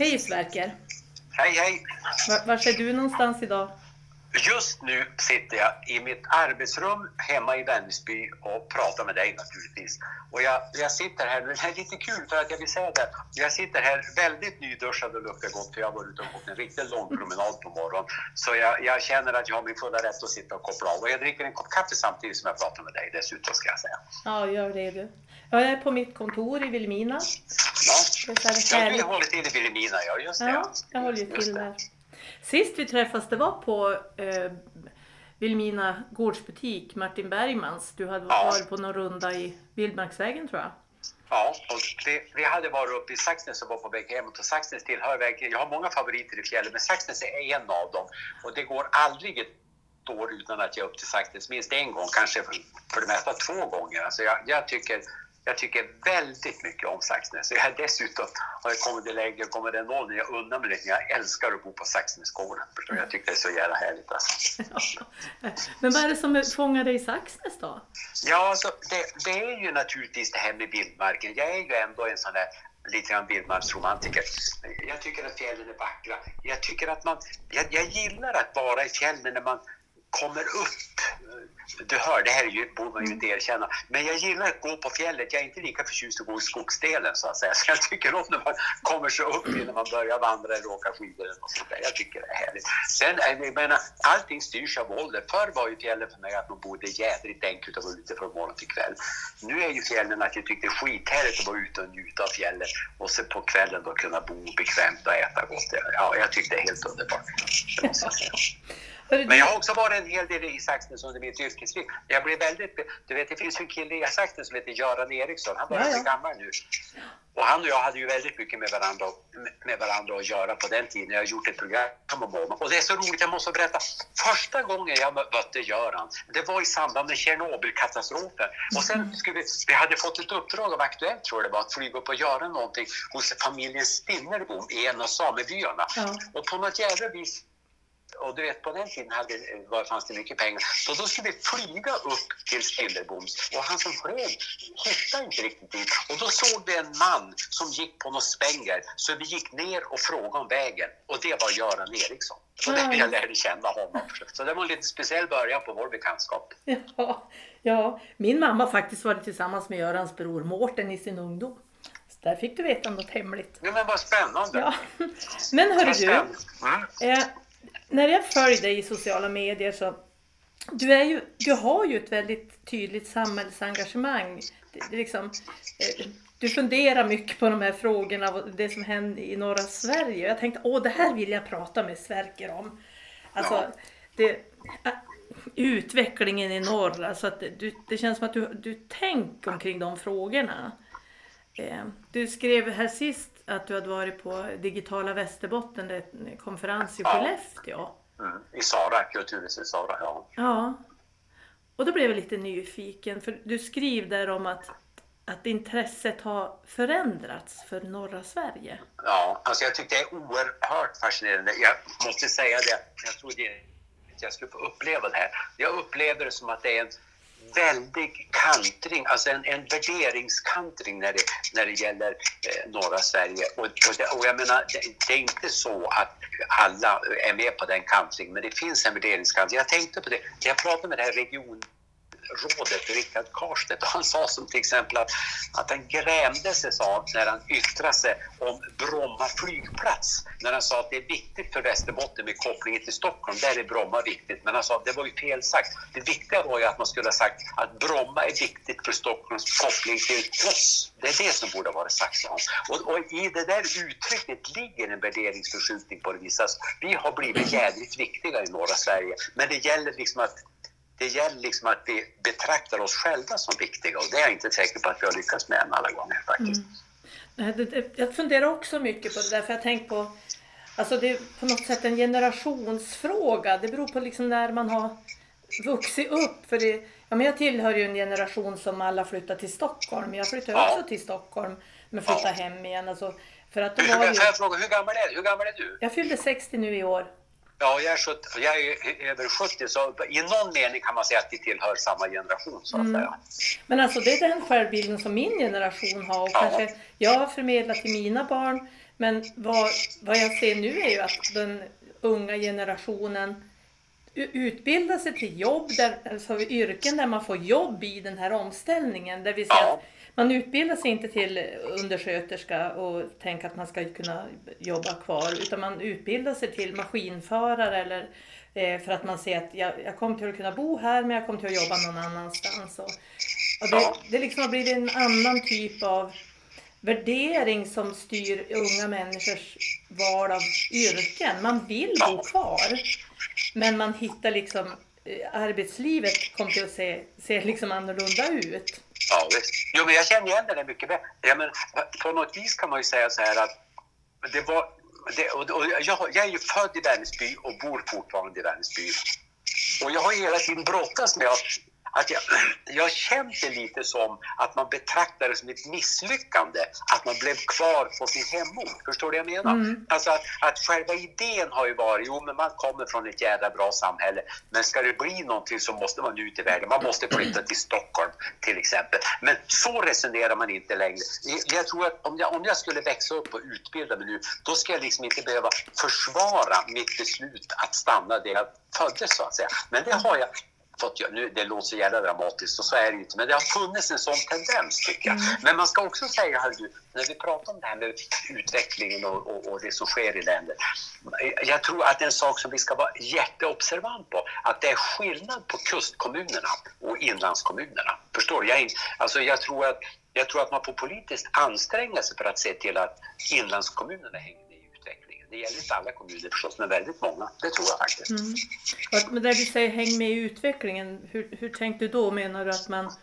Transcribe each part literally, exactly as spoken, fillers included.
Hej Sverker. Hej hej. Var, var är du någonstans idag? Just nu sitter jag i mitt arbetsrum hemma i Vännäsby och pratar med dig naturligtvis. Och jag, jag sitter här, det här är lite kul för att jag vill säga det. Jag sitter här väldigt nyduschad och luktar gott för jag har varit ute och gått en riktigt lång promenad på morgonen. Så jag, jag känner att jag har min fulla rätt att sitta och koppla av. Och jag dricker en kopp kaffe samtidigt som jag pratar med dig dessutom, ska jag säga. Ja, gör det du. Jag är på mitt kontor i Vilhelmina. Ja, Det är så här ja du härligt. håller till i Vilhelmina, ja just det. Ja, jag håller ju Just till det. där. Sist vi träffades det var på eh, Vilhelmina gårdsbutik, Martin Bergmans. Du hade Ja. varit på någon runda i Vildmarksvägen tror jag. Ja, och det, vi hade varit uppe i Saxnäs och var på väg hemåt och Saxnäs tillhör väg. Jag har många favoriter i fjällen men Saxnäs är en av dem och det går aldrig ett år utan att jag är upp till Saxnäs minst en gång, kanske för, för det mesta två gånger. Alltså jag, jag, tycker, jag tycker väldigt mycket om Saxnäs. Jag har dessutom har jag kommit till läge, kommer det någon när jag undrar mig lite, jag älskar att bo på Saxnäsgården. Jag tycker det är så jävla härligt alltså. Men vad är det som fångar dig i Saxnäs då? Ja, alltså, det, det är ju naturligtvis det här med vildmarken. Jag är ju ändå en sån där lite grann vildmarksromantiker. Jag tycker att fjällen är vackra. Jag tycker att man, jag, jag gillar att vara i fjällen när man kommer upp. Du hör, det här är ju, borde man ju inte erkänna. Men jag gillar att gå på fjället. Jag är inte lika förtjust att gå i skogsdelen så att säga. Så jag tycker om när man kommer så upp innan man börjar vandra eller åka skidor eller något sånt där. Jag tycker det är härligt. Sen, jag menar, allting styrs av ålder. Förr var ju fjällen för mig att man bodde jädrigt enkelt och var ute från morgon till kväll. Nu är ju fjällen att jag tyckte det är skithärligt att vara ute och njuta av fjällen. Och sen på kvällen då kunna bo bekvämt och äta gott. Ja, jag tyckte det är helt underbart. Det måste jag säga. Men jag har också varit en hel del i Saxnäs under mitt yrkesliv. Jag blev väldigt, du vet det finns en kille i Saxnäs som heter Göran Eriksson. Han var Ja, ja. lite gammal nu. Och han och jag hade ju väldigt mycket med varandra, med varandra att göra på den tiden. Jag har gjort ett program om honom. Och det är så roligt, jag måste berätta. Första gången jag mötte Göran, det var i samband med Tjernobylkatastrofen. Och sen skulle vi, vi hade fått ett uppdrag av Aktuellt tror jag det var, att flyga upp och göra någonting hos familjen Stinnerbom i en av samebyarna. Ja. Och på något jävla vis, och du vet på den tiden hade, var, fanns det mycket pengar. Så då skulle vi flyga upp till Stinnerboms och han som flög hittade inte riktigt dit. Och då såg vi en man som gick på något spänger. Så vi gick ner och frågade om vägen. Och det var Göran Eriksson. Och det jag lärde känna honom. Så det var en lite speciell början på vår bekantskap. Ja, ja, min mamma har faktiskt varit tillsammans med Görans bror Mårten i sin ungdom. Så där fick du veta något hemligt. Ja, men vad spännande. Ja. Men hörru Vad du, spännande. Mm. eh, när jag följer dig i sociala medier så du, är ju, du har ju ett väldigt tydligt samhällsengagemang. Det, det liksom, eh, du funderar mycket på de här frågorna och det som händer i norra Sverige. Jag tänkte, åh det här vill jag prata med Sverker om. Alltså, Ja. det, äh, utvecklingen i norr. Alltså att du, det känns som att du, du tänker omkring de frågorna. Eh, du skrev här sist att du hade varit på Digitala Västerbotten, det är en konferens i Ja. Skellefteå. Mm. I Sara, kulturhuset i Sara, ja. Ja, och då blev jag lite nyfiken för du skriver där om att, att intresset har förändrats för norra Sverige. Ja, alltså jag tyckte det är oerhört fascinerande. Jag måste säga det, jag trodde att jag skulle få uppleva det här. Jag upplever det som att det är en väldig kantring, alltså en, en värderingskantring när det, när det gäller eh, norra Sverige. Och, och, det, och jag menar, det, det är inte så att alla är med på den kantringen, men det finns en värderingskantring. Jag tänkte på det, jag pratade med det här regionrådet Rickard Karstedt och han sa som till exempel att, att han grämde sig sa, när han yttrade sig om Bromma flygplats. När han sa att det är viktigt för Västerbotten med kopplingen till Stockholm, där är Bromma viktigt. Men han sa att det var ju fel sagt. Det viktiga var ju att man skulle ha sagt att Bromma är viktigt för Stockholms koppling till oss. Det är det som borde ha varit sagt, sa han. Och, och i det där uttrycket ligger en värderingsförskjutning på det viset. Vi har blivit jävligt viktiga i norra Sverige. Men det gäller liksom att Det gäller liksom att vi betraktar oss själva som viktiga och det är jag inte säker på att vi har lyckats med än alla gånger faktiskt. Mm. Jag funderar också mycket på det där för jag tänker på, alltså det är på något sätt en generationsfråga. Det beror på liksom när man har vuxit upp. För det, ja, men jag tillhör ju en generation som alla flyttar till Stockholm. Jag flyttar Ja. också till Stockholm men flyttar hem igen. Alltså, för att det Hur, var hur, ju... jag fråga, hur, gammal är, hur gammal är du? Jag fyllde sextio nu i år. Ja, jag är, sjuttio, jag är över sjuttio, så i någon mening kan man säga att vi tillhör samma generation, så att säga. Mm. Men alltså det är den självbilden som min generation har, och Ja. kanske jag har förmedlat till mina barn. Men vad, vad jag ser nu är ju att den unga generationen utbildar sig till jobb, där, alltså yrken där man får jobb i den här omställningen. Där vi ser Ja. att man utbildar sig inte till undersköterska och tänker att man ska kunna jobba kvar, utan man utbildar sig till maskinförare, eller eh, för att man ser att jag, jag kommer till att kunna bo här, men jag kommer till att jobba någon annanstans. Och, och det, Ja. det liksom har blivit en annan typ av värdering som styr unga människors val av yrken. Man vill bo kvar, men man hittar liksom eh, arbetslivet kommer till att se, se liksom annorlunda ut. Ja, visst. Jo, men jag känner igen det mycket bättre. Ja, men på något vis kan man ju säga så här att det var... Det, och, och jag, jag är ju född i Vännäsby och bor fortfarande i Vännäsby. Och jag har hela tiden brottats med att, att jag, jag känt det lite som att man betraktar det som ett misslyckande att man blev kvar på sin hemort. Förstår du vad jag menar? Mm. Alltså att, att själva idén har ju varit, jo men man kommer från ett jävla bra samhälle, men ska det bli någonting så måste man ut i världen. Man måste flytta till Stockholm till exempel. Men så resonerar man inte längre. Jag tror att om jag, om jag skulle växa upp och utbilda mig nu, då ska jag liksom inte behöva försvara mitt beslut att stanna där jag föddes, så att säga. Men det har jag fått, nu, det låter så jävla dramatiskt och så är det inte, men det har funnits en sån tendens, tycker jag. Mm. Men man ska också säga, hör du, när vi pratar om det här med utvecklingen och, och, och det som sker i länder, jag tror att en sak som vi ska vara jätteobservant på, att det är skillnad på kustkommunerna och inlandskommunerna. Förstår du? Jag, alltså jag, tror att, jag tror att man får politiskt anstränga sig för att se till att inlandskommunerna hänger med i utvecklingen. Det gäller inte alla kommuner förstås, men väldigt många. Det tror jag faktiskt. Mm. Men där du säger häng med i utvecklingen, hur, hur tänkte du då? Menar du att man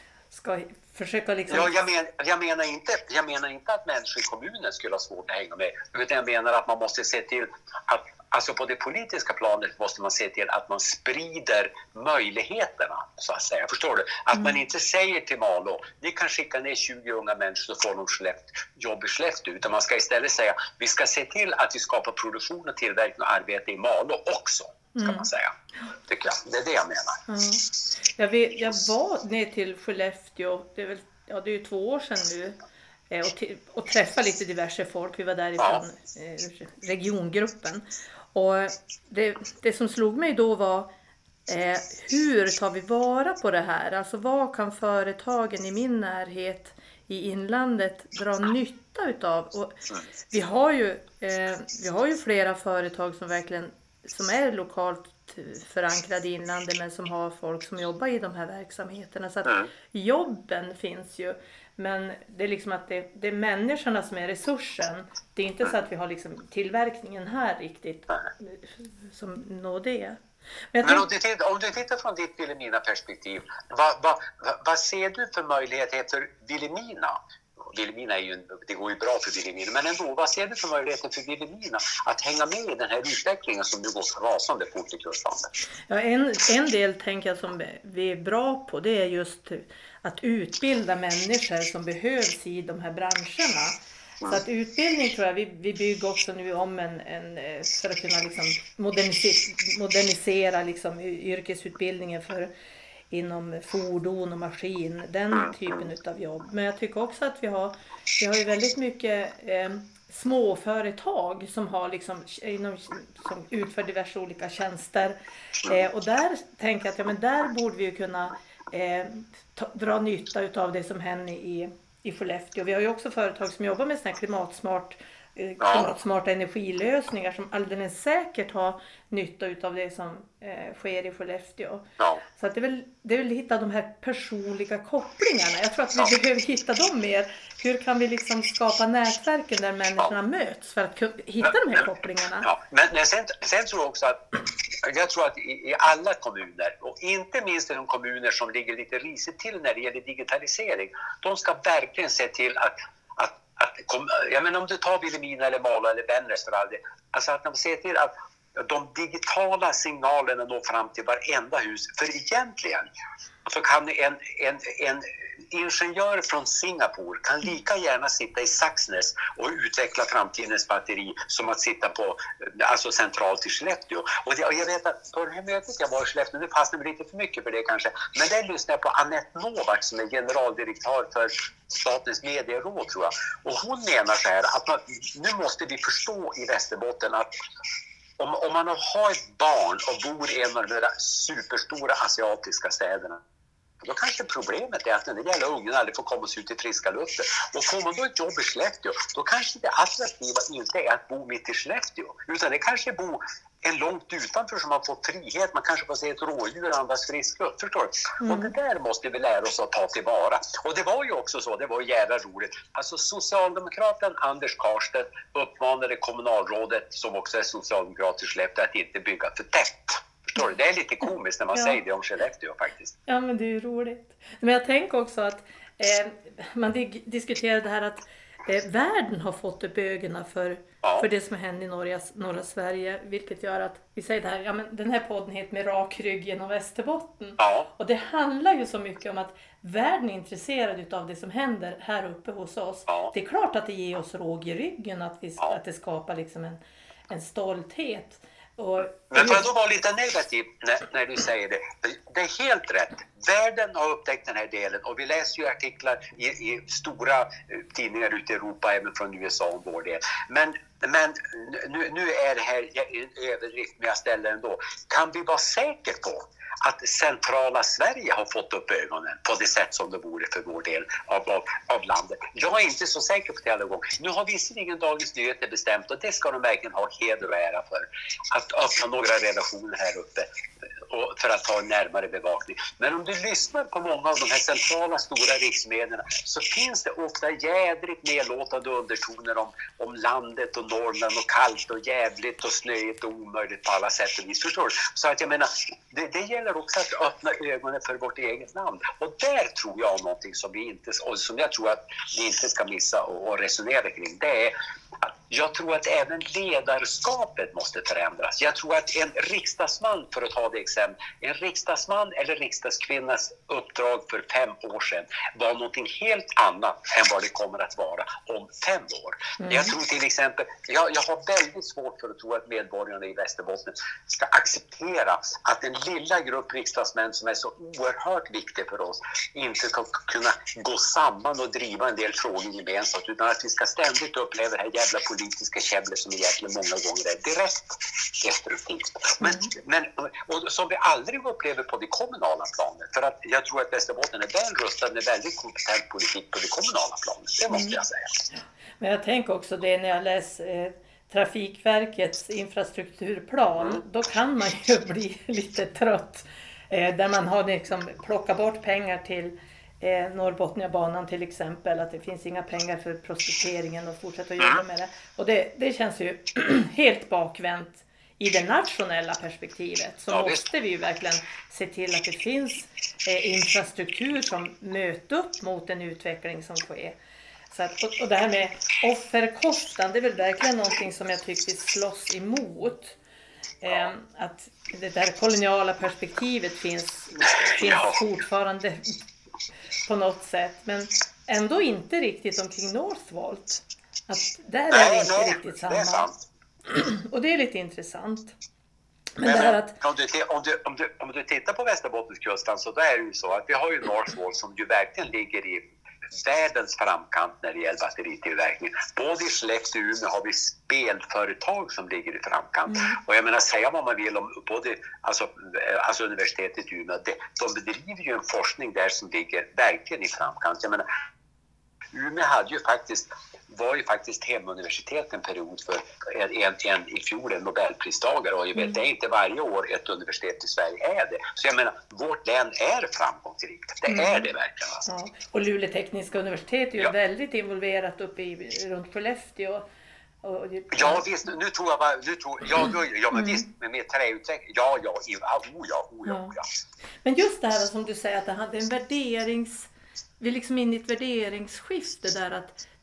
ska försöka liksom... Ja, jag, men, jag, menar inte, jag menar inte att människor i kommunen skulle ha svårt att hänga med. Utan jag menar att man måste se till att, alltså på det politiska planet måste man se till att man sprider möjligheterna, så att säga. Förstår du? Att mm. man inte säger till Malå, ni kan skicka ner tjugo unga människor så får de jobb i Skellefteå. Utan man ska istället säga, vi ska se till att vi skapar produktion och tillverkning och arbete i Malå också. Ska mm. man säga. Tycker jag. Det är det jag menar. Mm. Jag, vet, jag var ner till Skellefteå, det är, väl, ja, det är ju två år sedan nu, och, till, och träffade lite diverse folk. Vi var därifrån, ja. eh, regiongruppen. Och det, det som slog mig då var, eh, hur tar vi vara på det här? Alltså vad kan företagen i min närhet i inlandet dra nytta utav? Och vi har ju, eh, vi har ju flera företag som verkligen som är lokalt förankrade i inlandet, men som har folk som jobbar i de här verksamheterna. Så att mm. jobben finns ju, men det är liksom att det, det är människorna som är resursen. Det är inte så att vi har liksom tillverkningen här riktigt som når det. Men, men om, du tittar, om du tittar från ditt Vilhelmina perspektiv, vad, vad, vad ser du för möjligheter för Vilhelmina? Vilhelmina är ju, det går ju bra för Vilhelmina, men ändå, vad ser du för möjligheter för Vilhelmina att hänga med i den här utvecklingen som nu går så rasande fort i kustlandet? Ja, en, en del tänker jag som vi är bra på, det är just att utbilda människor som behövs i de här branscherna. Mm. Så att utbildning tror jag, vi, vi bygger också nu om en, en för att kunna liksom modernisera, modernisera liksom yrkesutbildningen för inom fordon och maskin, den typen av jobb. Men jag tycker också att vi har, vi har ju väldigt mycket eh, småföretag som har liksom, inom, som utför diverse olika tjänster. Eh, och där tänker jag att ja, men där borde vi ju kunna eh, ta, dra nytta av det som händer i, i Skellefteå. Vi har ju också företag som jobbar med såna här klimatsmart klimatsmarta energilösningar som alldeles säkert har nytta av det som eh, sker i Skellefteå. Ja. Så att det, är väl, det är väl hitta de här personliga kopplingarna. Jag tror att vi ja. behöver hitta dem mer. Hur kan vi liksom skapa nätverken där människorna ja. möts för att hitta men, de här kopplingarna? Ja. Men, men sen, sen tror jag också att jag tror att i, i alla kommuner, och inte minst i de kommuner som ligger lite risigt till när det gäller digitalisering, de ska verkligen se till att Att, kom, jag menar, om du tar Vilhelmina eller Malå eller Vännäs för all det, alltså att de ser till att de digitala signalerna når fram till varenda hus. För egentligen så kan en, en, en ingenjör från Singapore kan lika gärna sitta i Saxnäs och utveckla framtidens batteri som att sitta på, alltså centralt i Skellefteå. Och, det, och jag vet att på det här mötet jag var i Skellefteå, nu fastnade vi lite för mycket för det kanske, men där lyssnade jag på Annette Novak som är generaldirektör för Statens medieråd, tror jag. Och hon menar så här att man, nu måste vi förstå i Västerbotten att om, om man har ett barn och bor i en av de där superstora asiatiska städerna, då kanske problemet är att den där jävla ungen aldrig får komma ut i friska luften. Och får man då ett jobb i Skellefteå, då kanske det attraktiva inte är att bo mitt i Skellefteå, utan det kanske bo en långt utanför som man får frihet. Man kanske får se ett rådjur och andas frisk luft, förstår du? Mm. Och det där måste vi lära oss att ta tillvara. Och det var ju också så, det var jävla roligt. Alltså socialdemokraten Anders Karstedt uppmanade kommunalrådet, som också är socialdemokrat i Skellefteå, att inte bygga för tätt. Förstår du? Det är lite komiskt när man ja. säger det om Skellefteå faktiskt. Ja, men det är ju roligt. Men jag tänker också att eh, man dig- diskuterar det här att eh, världen har fått upp ögonen för, ja. för det som händer i norra, norra Sverige. Vilket gör att vi säger det här, ja, men den här podden heter Med rak rygg genom Västerbotten. Ja. Och det handlar ju så mycket om att världen är intresserad av det som händer här uppe hos oss. Ja. Det är klart att det ger oss råg i ryggen, att, vi, ja. att det skapar liksom en, en stolthet. Och, men får jag då vara lite negativ när, när du säger det? Det är helt rätt. Världen har upptäckt den här delen och vi läser ju artiklar i, i stora tidningar ute i Europa, även från U S A om vår del. Men, men nu, nu är det här en överdrift, men jag ställer ändå. Kan vi vara säkra på att centrala Sverige har fått upp ögonen på det sätt som det vore för vår del av, av, av landet? Jag är inte så säker på det alla gånger. Nu har visserligen Dagens Nyheter bestämt, och det ska de verkligen ha heder och ära för, att öppna några relationer här uppe och för att ta en närmare bevakning. Men om du lyssnar på många av de här centrala stora riksmedierna så finns det ofta jädrigt nedlåtande undertoner om, om landet och Norrland och kallt och jävligt och snöigt och omöjligt på alla sätt och vis. Förstår du? Så att jag menar, det, det gäller också att öppna ögonen för vårt eget land. Och där tror jag någonting som vi inte, och som jag tror att vi inte ska missa och, och resonera kring. Det är att jag tror att även ledarskapet måste förändras. Jag tror att en riksdagsman, för att ta det exempel, en riksdagsman eller riksdagskvinnas uppdrag för fem år sedan var någonting helt annat än vad det kommer att vara om fem år. Mm. Jag tror till exempel, jag, jag har väldigt svårt för att tro att medborgarna i Västerbotten ska acceptera att en lilla grupp riksdagsmän som är så oerhört viktig för oss inte ska kunna gå samman och driva en del frågor gemensamt, utan att vi ska ständigt uppleva det här jävla politiska käbblet som egentligen många gånger är direkt destruktivt. Men, men, och som vi aldrig upplever på det kommunala planet. För att jag tror att Västerbotten är väl rustad med väldigt kompetent politik på det kommunala planet. Det måste jag säga. Men jag tänker också det när jag läser eh, Trafikverkets infrastrukturplan. Mm. Då kan man ju bli lite trött. Eh, där man har liksom plockat bort pengar till Eh, Norrbotniabanan till exempel, att det finns inga pengar för prospekteringen och fortsätta att jobba med det. Och det, det känns ju helt bakvänt i det nationella perspektivet. Så ja, måste visst. vi ju verkligen se till att det finns eh, infrastruktur som möter upp mot en utveckling som sker. Så att, och, och det här med offerkostan, det är väl verkligen någonting som jag tycker vi slåss emot. Eh, att det där koloniala perspektivet finns, finns fortfarande på något sätt, men ändå inte riktigt omkring Northvolt. Att där är nej, det inte nej, riktigt samma. Det är sant. Och det är lite intressant. Men, men det här att... om, du, om, du, om, du, om du tittar på Västerbottenskusten, så då är det ju så att vi har ju Northvolt som ju verkligen ligger i världens framkant när det gäller batteritillverkning. Både i Skellefteå och Umeå har vi spelföretag som ligger i framkant. Mm. Och jag menar, säga vad man vill om både alltså, alltså universitetet i Umeå, det, de bedriver ju en forskning där som ligger verkligen i framkant. Jag menar, Umeå hade ju faktiskt, var ju faktiskt hemuniversitet en period för en, en, en i fjol en Nobelpristagare, och jag vet, mm. det är inte varje år ett universitet i Sverige är det. Så jag menar, vårt län är framgångsrikt. Det mm. är det verkligen. Alltså. Ja. Och Luleå tekniska universitet är ju ja. väldigt involverat uppe i, runt Skellefteå. Och, och, ja visst, nu tror jag bara, nu tror, ja, ja, ja men mm. visst, med, med träutveckling, ja, ja, ja, oh, ja, oh, ja, oh, ja. Men just det här som du säger, att det hade en värderings, vi är liksom in i ett värderingsskifte där att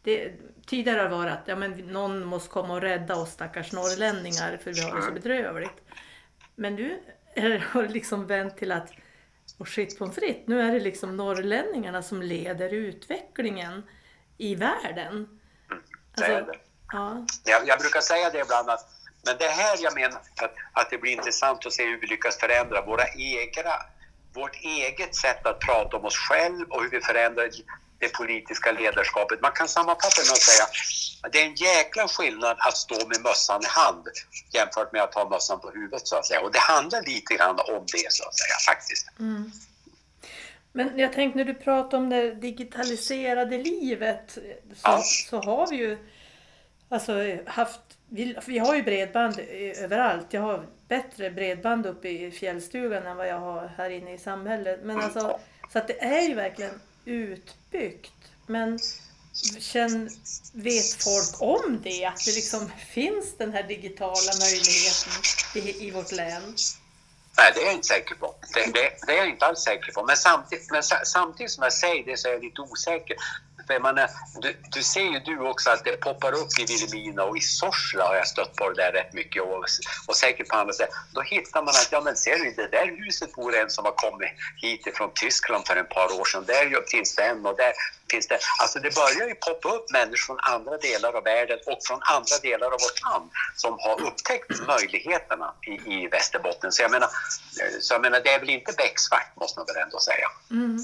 det, tidigare har det varit att ja, men någon måste komma och rädda oss stackars norrlänningar för vi har det så bedrövligt. Men nu har det liksom vänt till att, och shit på fritt, nu är det liksom norrlänningarna som leder utvecklingen i världen. Mm, alltså, det är det. Ja. Jag, jag brukar säga det ibland att, men det här jag menar att, att det blir intressant att se hur vi lyckas förändra våra egna, vårt eget sätt att prata om oss själv och hur vi förändrar det politiska ledarskapet. Man kan sammanfatta med att säga att det är en jäkla skillnad att stå med mössan i hand jämfört med att ha mössan på huvudet så att säga. Och det handlar lite grann om det så att säga faktiskt. Mm. Men jag tänkte när du pratar om det digitaliserade livet så, Ja. så har vi ju alltså haft, vi, vi har ju bredband överallt. Jag har bättre bredband uppe i fjällstugan än vad jag har här inne i samhället. Men alltså, så att det är ju verkligen utbyggt. Men känn, vet folk om det? Att det liksom finns den här digitala möjligheten i, i vårt län? Nej, det är jag inte säker på. Det, det, det är jag inte alls säker på. Men samtidigt, men samtidigt som jag säger det så är jag lite osäker. För jag menar, du, du ser ju du också att det poppar upp i Vilhelmina och i Sorsele har jag stött på det där rätt mycket och, och säkert på andra sätt. Då hittar man att, ja men ser du, det där huset bor en som har kommit hit från Tyskland för ett par år sedan. Där finns det en och där finns det. Alltså det börjar ju poppa upp människor från andra delar av världen och från andra delar av vårt land som har upptäckt möjligheterna i, i Västerbotten. Så jag menar, så jag menar, det är väl inte becksvart måste man väl ändå säga. Mm.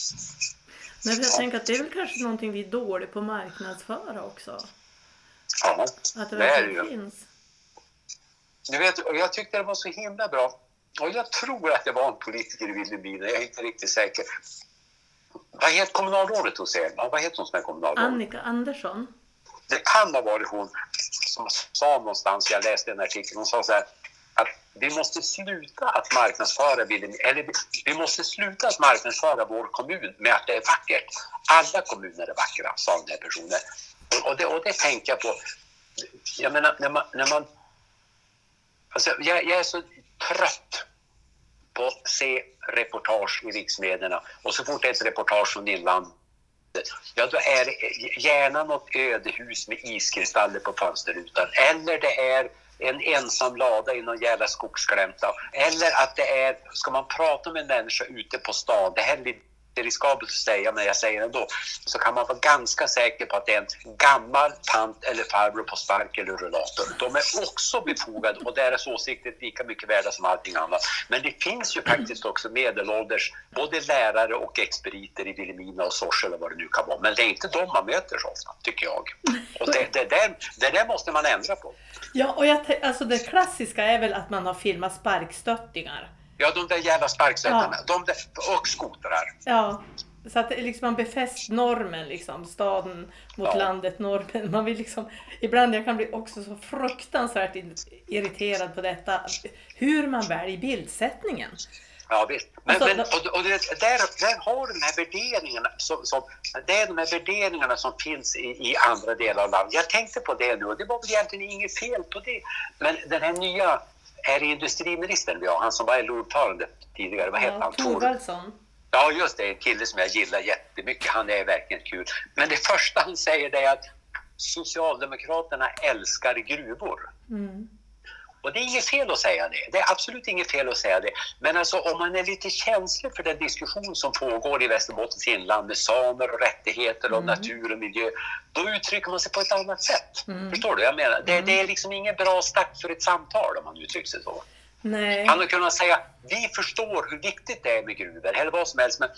Men jag tänker att det är väl kanske någonting vi är dåliga på att marknadsföra också. Ja, att det, det är det ju. Finns. Du vet, jag tyckte det var så himla bra. Och jag tror att det var en politiker i Vilhelmina, jag är inte riktigt säker. Vad heter kommunalrådet hos er? Vad heter hon som är kommunalråd? Annika Andersson. Det kan ha varit hon som sa någonstans, jag läste en artikel, hon sa så här att vi måste sluta att marknadsföra eller vi måste sluta att marknadsföra vår kommun med att det är vackert. Alla kommuner är vackra, sa den här personen. Och det, och det tänker jag på. Jag menar, när man... När man alltså, jag, jag är så trött på att se reportage i riksmedierna. Och så fort det är ett reportage från inlandet, ja då är det gärna något ödehus med iskristaller på fönsterrutan. Eller det är en ensam lada i någon jävla skogsglänta. Eller att det är, ska man prata med en människa ute på stan, det här är lite riskabelt att säga men jag säger det ändå, så kan man vara ganska säker på att det är en gammal tant eller farbror på spark eller rullator. De är också befogade och deras åsikter är lika mycket värda som allting annat. Men det finns ju faktiskt också medelålders både lärare och expediter i Vilhelmina och Sorsele eller vad det nu kan vara. Men det är inte de man möter så ofta, tycker jag. Och det, det, det, det där måste man ändra på. Ja, och jag, alltså det klassiska är väl att man har filmat sparkstöttingar. Ja, de där jävla sparkstöttarna. Ja. De där, och skotrar. Ja, så att liksom man befäst normen, liksom, staden mot ja. landet, normen. Man vill liksom, ibland jag kan bli också så fruktansvärt irriterad på detta. Hur man väljer bildsättningen. Ja visst, men, och, så, men, och, och det, där, där har de här värderingarna som, som, det är de här värderingarna som finns i, i andra delar av landet. Jag tänkte på det nu och det var väl egentligen inget fel på det. Men den här nya är industriministern, ja, han som var L O-ordförande tidigare, vad heter ja, han? Thorvaldsson. Ja just det, en kille som jag gillar jättemycket, han är verkligen kul. Men det första han säger det är att Socialdemokraterna älskar gruvor. Mm. Och det är inget fel att säga det. Det är absolut inget fel att säga det. Men alltså om man är lite känslig för den diskussion som pågår i Västerbottens inland med samer och rättigheter och mm. natur och miljö, då uttrycker man sig på ett annat sätt. Mm. Förstår du? Jag menar, det, mm. det är liksom ingen bra start för ett samtal om man uttrycker sig så. Nej. Han har kunnat säga, vi förstår hur viktigt det är med gruvor, eller vad som helst, men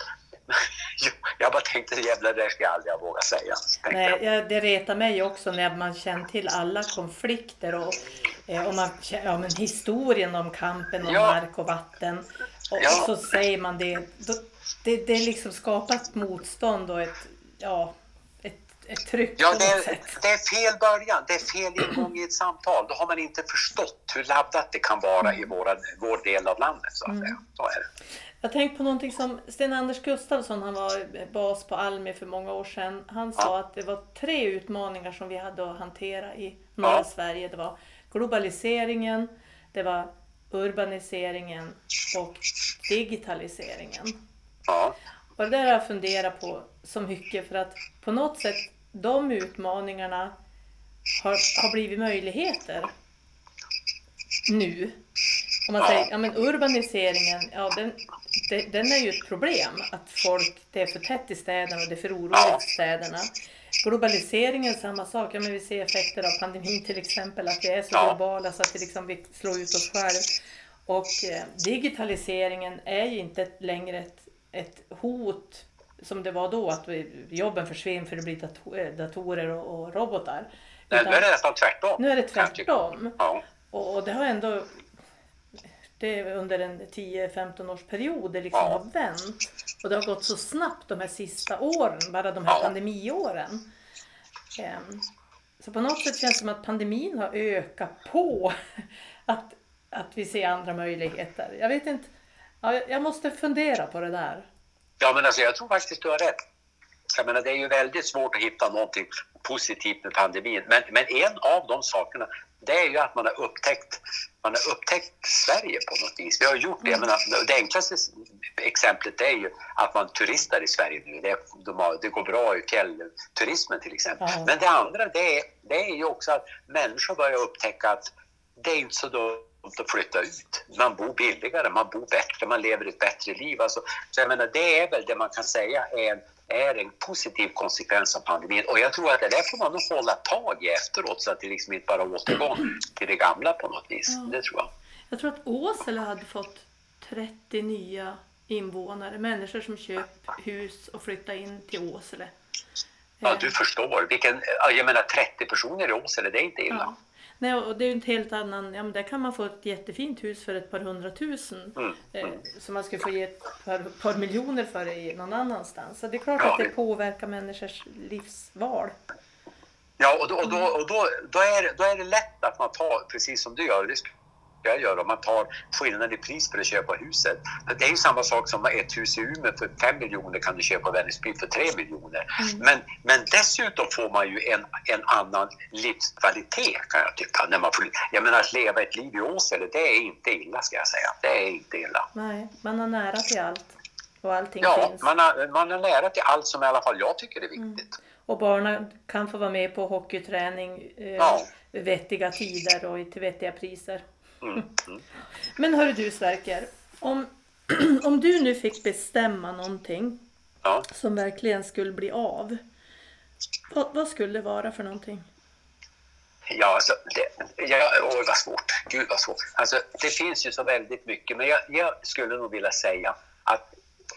jag bara tänkte, jävla det ska jag aldrig våga säga. Nej, jag, det retar mig också när man känner till alla konflikter och, eh, och man, ja, men historien om kampen om ja. mark och vatten. Och, ja. och så säger man det, då, det, det är liksom skapat motstånd och ett, ja, ett, ett tryck ja, på det, något sätt. Det är fel början, det är fel ingång i ett samtal. Då har man inte förstått hur laddat det kan vara i våra, vår del av landet. Så att säga. Mm. Så är det. Jag tänkte på någonting som Sten-Anders Gustafsson, han var bas på Almi för många år sedan. Han sa ja. att det var tre utmaningar som vi hade att hantera i norra ja. Sverige. Det var globaliseringen, det var urbaniseringen och digitaliseringen. Ja. Och det där har jag funderat på så mycket för att på något sätt de utmaningarna har, har blivit möjligheter nu. Om man säger, ja men urbaniseringen, ja den, det, den är ju ett problem. Att folk, det är för tätt i städerna och det är för oroligt i städerna. Globaliseringen är samma sak. Ja, men vi ser effekter av pandemin till exempel. Att vi är så globala så att vi, liksom, vi slår ut oss själv. Och eh, digitaliseringen är ju inte längre ett, ett hot som det var då. Att vi, jobben försvinner för det blir dator, datorer och, och robotar. Utan, nu är det nästan tvärtom. Nu är det tvärtom. Ja. Och, och det har ändå... Det under en tio femton års period det liksom ja. har vänt. Och det har gått så snabbt de här sista åren, bara de här ja. pandemiåren. Um, så på något sätt känns det som att pandemin har ökat på att, att vi ser andra möjligheter. Jag vet inte, ja, jag måste fundera på det där. Ja men alltså jag tror faktiskt du har rätt. Jag menar, det är ju väldigt svårt att hitta någonting positivt med pandemin. Men, men en av de sakerna, det är ju att man har upptäckt, man har upptäckt Sverige på något vis. Vi har gjort det. Mm. Men det enklaste exemplet är ju att man turistar i Sverige nu. Det, de har, det går bra i fjällturismen till exempel. Mm. Men det andra, det är, det är ju också att människor börjar upptäcka att det är inte så dumt att flytta ut. Man bor billigare, man bor bättre, man lever ett bättre liv. Alltså, så jag menar, det är väl det man kan säga är en är en positiv konsekvens av pandemin. Och jag tror att det där får man nog hålla tag i efteråt så att det liksom inte bara återgår till det gamla på något vis. Ja. Det tror jag. Jag tror att Åsele hade fått trettio nya invånare. Människor som köper hus och flyttar in till Åsele. Ja, du förstår. Vilken, jag menar trettio personer i Åsele, det är inte illa. Ja. Nej, och det är ju en helt annan, ja men där kan man få ett jättefint hus för ett par hundratusen mm, mm. eh, som man skulle få ge ett par, par miljoner för i någon annanstans. Så det är klart ja, att det påverkar människors livsval. Ja, och, då, och, då, och då, då, är, då är det lätt att man tar, precis som du gör, det jag gör om man tar skillnaden i pris för att köpa huset. Det är ju samma sak som ett hus i Umeå för fem miljoner kan du köpa Vännäsby för tre miljoner. Mm. Men, men dessutom får man ju en, en annan livskvalitet kan jag tycka. När man får, jag menar att leva ett liv i Åsele, det är inte illa ska jag säga. Det är inte illa. Nej, man har nära till allt. Och allting ja, finns. Man har, man har nära till allt som i alla fall jag tycker är viktigt. Mm. Och barnen kan få vara med på hockeyträning eh, ja. vettiga tider och till vettiga priser. Mm. Mm. Men hörru du Sverker, om, om du nu fick bestämma någonting ja. som verkligen skulle bli av, vad, vad skulle det vara för någonting? Ja, alltså, det, ja, åh, vad svårt, gud vad svårt. Alltså, det finns ju så väldigt mycket, men jag, jag skulle nog vilja säga att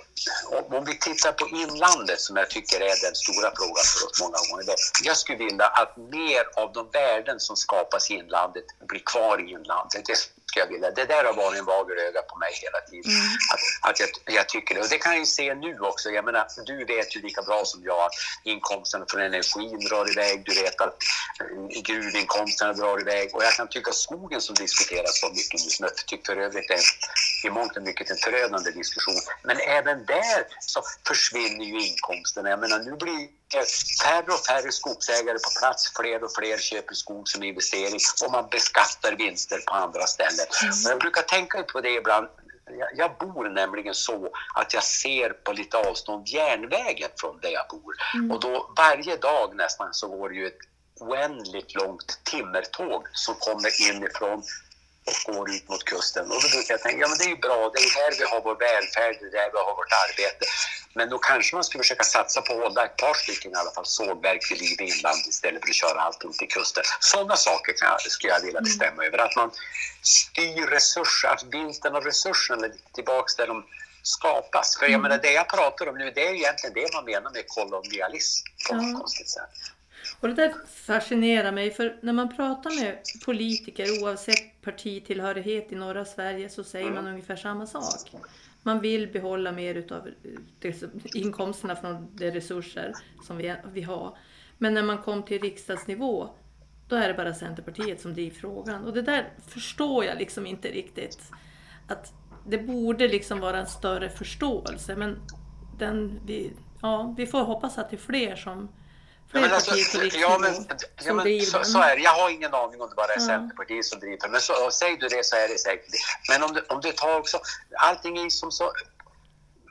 om vi tittar på inlandet som jag tycker är den stora frågan för oss många gånger. Det, jag skulle vilja att mer av de värden som skapas i inlandet blir kvar i inlandet. Det skulle jag vilja. Det där har varit en vager öga på mig hela tiden. Mm. Att, att jag, jag tycker det. Och det kan jag ju se nu också. Jag menar, du vet ju lika bra som jag att inkomsterna från energin drar iväg. Du vet att gruvinkomsterna drar iväg. Och jag kan tycka skogen som diskuteras så mycket nu, som jag tycker för övrigt är i mångt och mycket en förödande diskussion. Men även där så försvinner ju inkomsterna. Jag menar, nu blir det färre och färre skogsägare på plats. Fler och fler köper skog som investering och man beskattar vinster på andra ställen. Mm. Jag brukar tänka på det ibland. Jag, jag bor nämligen så att jag ser på lite avstånd järnvägen från där jag bor. Mm. Och då varje dag nästan så går det ju ett oändligt långt timmertåg som kommer inifrån och går ut mot kusten. Och då brukar jag tänka, ja men det är ju bra, det är här vi har vår välfärd, det är där vi har vårt arbete. Men då kanske man skulle försöka satsa på att hålla ett par stycken i alla fall sågverk i liv i inland istället för att köra allting till kusten. Sådana saker kan jag, skulle jag vilja bestämma mm. över. Att man styr resurser, att vinsten och resurserna tillbaka där de skapas. För jag mm. menar, det jag pratar om nu, det är egentligen det man menar med kolonialism på något konstigt sätt. Och det där fascinerar mig, för när man pratar med politiker oavsett partitillhörighet i norra Sverige så säger mm. man ungefär samma sak. Man vill behålla mer utav inkomsterna från de resurser som vi, vi har. Men när man kom till riksdagsnivå, då är det bara Centerpartiet som driver frågan. Och det där förstår jag liksom inte riktigt. Att det borde liksom vara en större förståelse. Men den, vi, ja, vi får hoppas att det är fler som... Ja, men alltså, ja, men, ja, men så, så är det. Jag har ingen aning om det bara är mm. Centerpartiet som driver. Men så, säger du det så är det säkert det. Men om du, om du tar också, allting är som så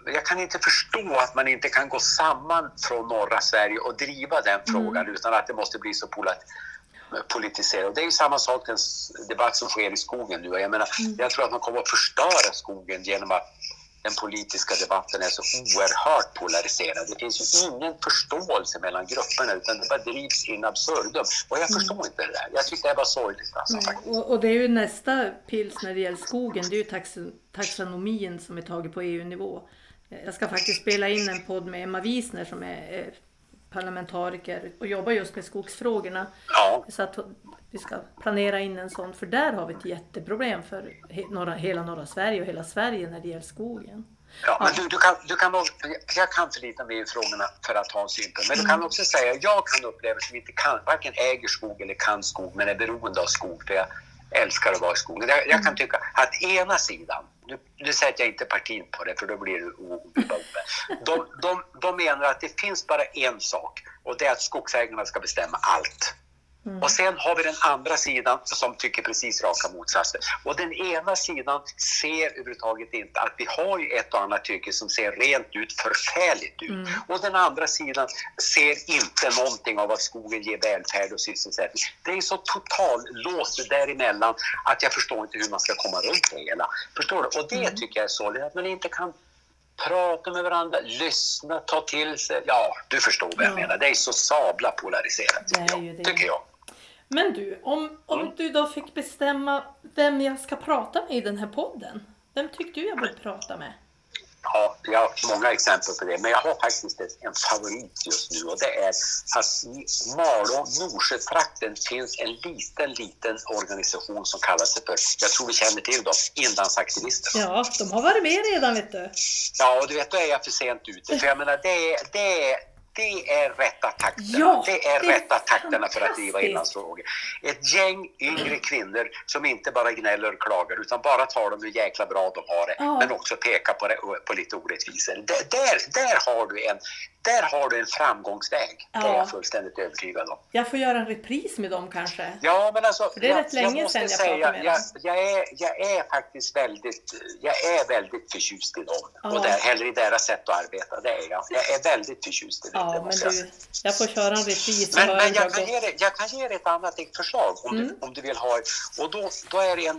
jag kan inte förstå att man inte kan gå samman från norra Sverige och driva den frågan mm. utan att det måste bli så polat politisera. Och det är ju samma sak den debatt som sker i skogen nu. Jag menar, mm. jag tror att man kommer att förstöra skogen genom att den politiska debatten är så oerhört polariserad. Det finns ju ingen förståelse mellan grupperna utan det bara drivs in absurdum. Och jag förstår mm. inte det där. Jag tycker det är bara sorgligt. Alltså, och, och det är ju nästa pils när det gäller skogen. Det är ju tax, taxonomin som är taget på E U-nivå. Jag ska faktiskt spela in en podd med Emma Wiesner som är eh, parlamentariker och jobbar just med skogsfrågorna. Ja. Så att vi ska planera in en sån, för där har vi ett jätteproblem för he, norra, hela norra Sverige och hela Sverige när det gäller skogen. Ja, men du, du kan, du kan, jag kan förlita mig i frågorna för att ha en synpunkt. Men du kan också säga, jag kan uppleva som inte kan, varken äger skog eller kan skog, men är beroende av skog. För jag älskar att vara i skogen. Jag, jag kan tycka att ena sidan, nu, nu sätter jag inte partin på det för då blir det obehagligt. De, de, de menar att det finns bara en sak och det är att skogsägarna ska bestämma allt. Mm. Och sen har vi den andra sidan som tycker precis raka motsatsen. Och den ena sidan ser överhuvudtaget inte att vi har ju ett och annat tycke som ser rent ut, förfärligt ut. Mm. Och den andra sidan ser inte någonting av att skogen ger välfärd och sysselsättning. Det är så totalt låst däremellan att jag förstår inte hur man ska komma runt det hela. Förstår du? Och det mm. tycker jag är sorgligt, att man inte kan prata med varandra, lyssna, ta till sig. Ja, du förstår vad jag ja. menar. Det är så sabla polariserat, det är ju det. tycker jag. Men du, om, om mm. du då fick bestämma vem jag ska prata med i den här podden, vem tyckte du jag borde prata med? Ja, jag har många exempel på det, men jag har faktiskt en favorit just nu och det är att i Malå, Norsjötrakten finns en liten, liten organisation som kallar sig för, jag tror vi känner till dem, Inlandsaktivister. Ja, de har varit med redan, vet du. Ja, och du vet, då är jag för sent ute, för jag menar, det är, det är Det är rätta takterna. Ja, det är det rätta takterna för att driva inlandsfrågor. Ett gäng yngre kvinnor som inte bara gnäller och klagar utan bara talar om hur jäkla bra de har det. Ja. Men också pekar på, det, på lite orättvisor. Där, där, där, har du en, där har du en framgångsväg. Ja. Det är jag fullständigt övertygad om. Jag får göra en repris med dem kanske. Ja, men alltså, för det är jag, rätt länge sedan jag säga, pratade med jag, dem. Jag är, jag är faktiskt väldigt, jag är väldigt förtjust i dem. Ja. Och där, heller i deras sätt att arbeta. Det är jag. Jag är väldigt förtjust i dem. Ja, men du, jag får köra en repris. Men, men jag, kan ge dig, jag kan ge dig ett annat förslag om, mm. du, om du vill ha. Och då, då är det en...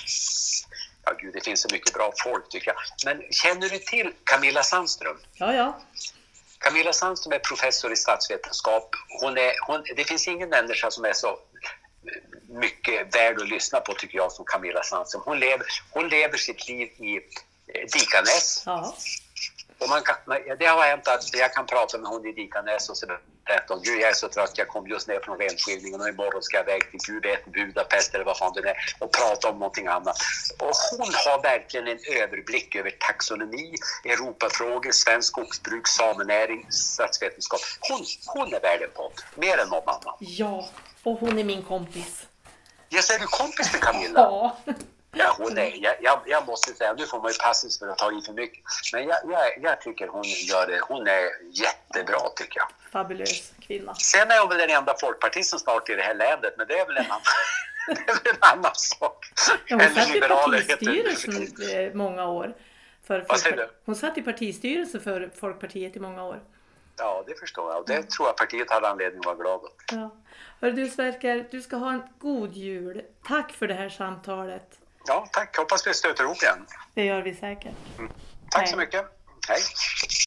Ja, gud, det finns så mycket bra folk tycker jag. Men känner du till Camilla Sandström? Ja, ja. Camilla Sandström är professor i statsvetenskap. Hon är, hon, det finns ingen människa som är så mycket värd att lyssna på tycker jag som Camilla Sandström. Hon lever, hon lever sitt liv i Dikanäs. Ja. Och man kan, det har hänt att jag kan prata med hon i Dikanäs och så berätta om Gud, jag är så trött, jag kom just ner från renskilningen och imorgon ska jag iväg till Gud vet, Budapest eller vad fan det är och prata om någonting annat. Och hon har verkligen en överblick över taxonomi, Europafrågor, svensk skogsbruk, samenäring, statsvetenskap. Hon, hon är värd en podd, mer än någon annan. Ja, och hon är min kompis. Jag säger du kompis med Camilla? Ja. Ja, hon är, jag, jag, jag måste säga, nu får man ju passa sig för att ta i för mycket. Men jag, jag, jag tycker hon gör det, hon är jättebra tycker jag. Fabulös kvinna. Sen är hon väl den enda folkpartisten snart i det här länet, men det är väl en annan, det är väl en annan sak. Ja, hon satt i partistyrelsen i många år. För Vad säger du? Hon satt i partistyrelsen för Folkpartiet i många år. Ja, det förstår jag. Och det mm. tror jag partiet hade anledning att vara glad åt. Ja. Hör du Sverker, du ska ha en god jul. Tack för det här samtalet. Ja, tack. Hoppas vi stöter ihop igen. Det gör vi säkert. Mm. Tack Hej. så mycket. Hej.